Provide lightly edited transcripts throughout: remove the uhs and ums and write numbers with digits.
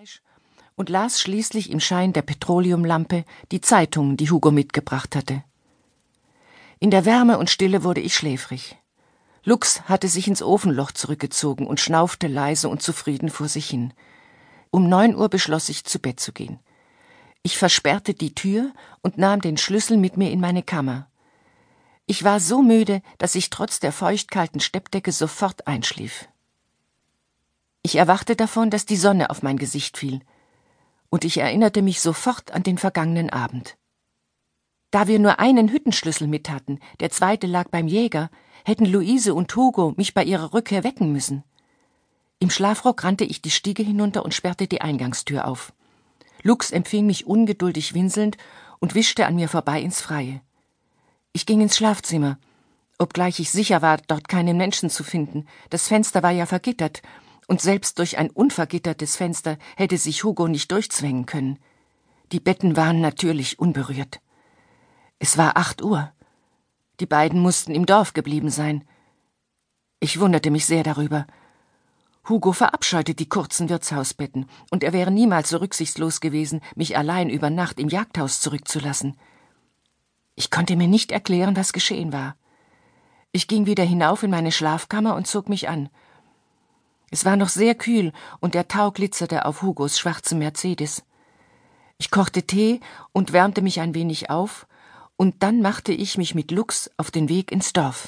Fleisch und las schließlich im Schein der Petroleumlampe die Zeitungen, die Hugo mitgebracht hatte. In der Wärme und Stille wurde ich schläfrig. Lux hatte sich ins Ofenloch zurückgezogen und schnaufte leise und zufrieden vor sich hin. Um 9 Uhr beschloss ich, zu Bett zu gehen. Ich versperrte die Tür und nahm den Schlüssel mit mir in meine Kammer. Ich war so müde, dass ich trotz der feuchtkalten Steppdecke sofort einschlief. Ich erwachte davon, dass die Sonne auf mein Gesicht fiel, und ich erinnerte mich sofort an den vergangenen Abend. Da wir nur einen Hüttenschlüssel mit hatten, der zweite lag beim Jäger, hätten Luise und Hugo mich bei ihrer Rückkehr wecken müssen. Im Schlafrock rannte ich die Stiege hinunter und sperrte die Eingangstür auf. Lux empfing mich ungeduldig winselnd und wischte an mir vorbei ins Freie. Ich ging ins Schlafzimmer, obgleich ich sicher war, dort keinen Menschen zu finden. Das Fenster war ja vergittert, und selbst durch ein unvergittertes Fenster hätte sich Hugo nicht durchzwängen können. Die Betten waren natürlich unberührt. Es war 8 Uhr. Die beiden mussten im Dorf geblieben sein. Ich wunderte mich sehr darüber. Hugo verabscheute die kurzen Wirtshausbetten, und er wäre niemals so rücksichtslos gewesen, mich allein über Nacht im Jagdhaus zurückzulassen. Ich konnte mir nicht erklären, was geschehen war. Ich ging wieder hinauf in meine Schlafkammer und zog mich an. Es war noch sehr kühl, und der Tau glitzerte auf Hugos schwarzem Mercedes. Ich kochte Tee und wärmte mich ein wenig auf, und dann machte ich mich mit Lux auf den Weg ins Dorf.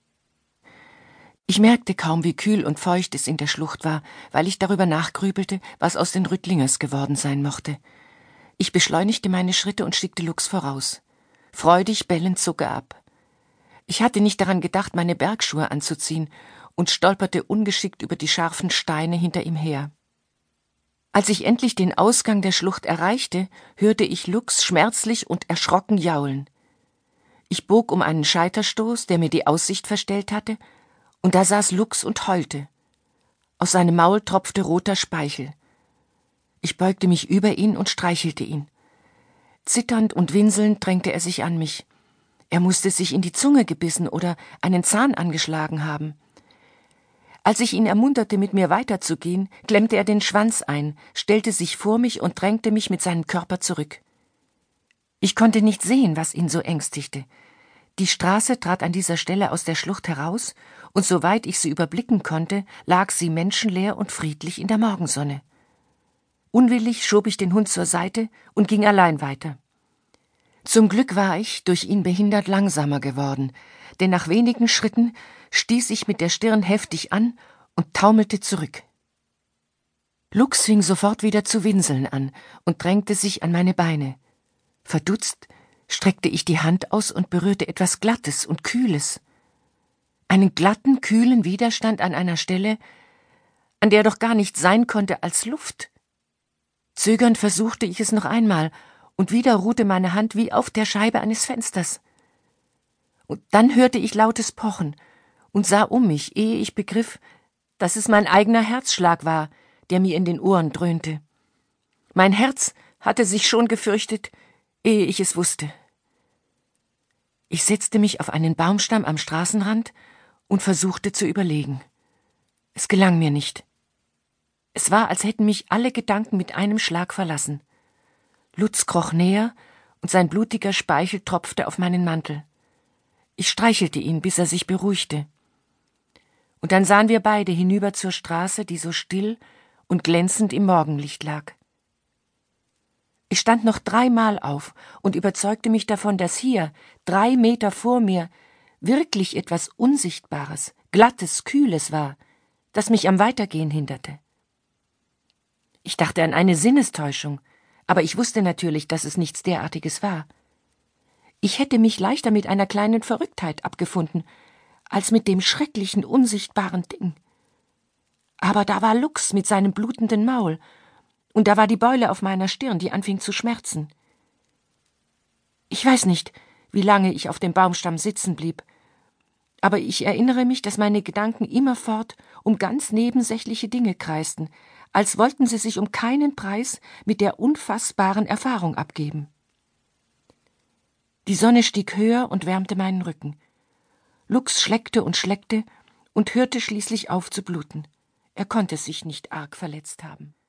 Ich merkte kaum, wie kühl und feucht es in der Schlucht war, weil ich darüber nachgrübelte, was aus den Rüttlingers geworden sein mochte. Ich beschleunigte meine Schritte und schickte Lux voraus. Freudig bellend zog er ab. Ich hatte nicht daran gedacht, meine Bergschuhe anzuziehen, und stolperte ungeschickt über die scharfen Steine hinter ihm her. Als ich endlich den Ausgang der Schlucht erreichte, hörte ich Lux schmerzlich und erschrocken jaulen. Ich bog um einen Scheiterstoß, der mir die Aussicht verstellt hatte, und da saß Lux und heulte. Aus seinem Maul tropfte roter Speichel. Ich beugte mich über ihn und streichelte ihn. Zitternd und winselnd drängte er sich an mich. Er musste sich in die Zunge gebissen oder einen Zahn angeschlagen haben. Als ich ihn ermunterte, mit mir weiterzugehen, klemmte er den Schwanz ein, stellte sich vor mich und drängte mich mit seinem Körper zurück. Ich konnte nicht sehen, was ihn so ängstigte. Die Straße trat an dieser Stelle aus der Schlucht heraus, und soweit ich sie überblicken konnte, lag sie menschenleer und friedlich in der Morgensonne. Unwillig schob ich den Hund zur Seite und ging allein weiter. Zum Glück war ich, durch ihn behindert, langsamer geworden, denn nach wenigen Schritten stieß ich mit der Stirn heftig an und taumelte zurück. Lux fing sofort wieder zu winseln an und drängte sich an meine Beine. Verdutzt streckte ich die Hand aus und berührte etwas Glattes und Kühles. Einen glatten, kühlen Widerstand an einer Stelle, an der doch gar nichts sein konnte als Luft. Zögernd versuchte ich es noch einmal, und wieder ruhte meine Hand wie auf der Scheibe eines Fensters. Und dann hörte ich lautes Pochen und sah um mich, ehe ich begriff, dass es mein eigener Herzschlag war, der mir in den Ohren dröhnte. Mein Herz hatte sich schon gefürchtet, ehe ich es wusste. Ich setzte mich auf einen Baumstamm am Straßenrand und versuchte zu überlegen. Es gelang mir nicht. Es war, als hätten mich alle Gedanken mit einem Schlag verlassen. Lutz kroch näher, und sein blutiger Speichel tropfte auf meinen Mantel. Ich streichelte ihn, bis er sich beruhigte. Und dann sahen wir beide hinüber zur Straße, die so still und glänzend im Morgenlicht lag. Ich stand noch 3-mal auf und überzeugte mich davon, dass hier, 3 Meter vor mir, wirklich etwas Unsichtbares, Glattes, Kühles war, das mich am Weitergehen hinderte. Ich dachte an eine Sinnestäuschung, aber ich wusste natürlich, dass es nichts derartiges war. Ich hätte mich leichter mit einer kleinen Verrücktheit abgefunden, als mit dem schrecklichen, unsichtbaren Ding. Aber da war Lux mit seinem blutenden Maul, und da war die Beule auf meiner Stirn, die anfing zu schmerzen. Ich weiß nicht, wie lange ich auf dem Baumstamm sitzen blieb, aber ich erinnere mich, dass meine Gedanken immerfort um ganz nebensächliche Dinge kreisten, als wollten sie sich um keinen Preis mit der unfassbaren Erfahrung abgeben. Die Sonne stieg höher und wärmte meinen Rücken. Lux schleckte und hörte schließlich auf zu bluten. Er konnte sich nicht arg verletzt haben.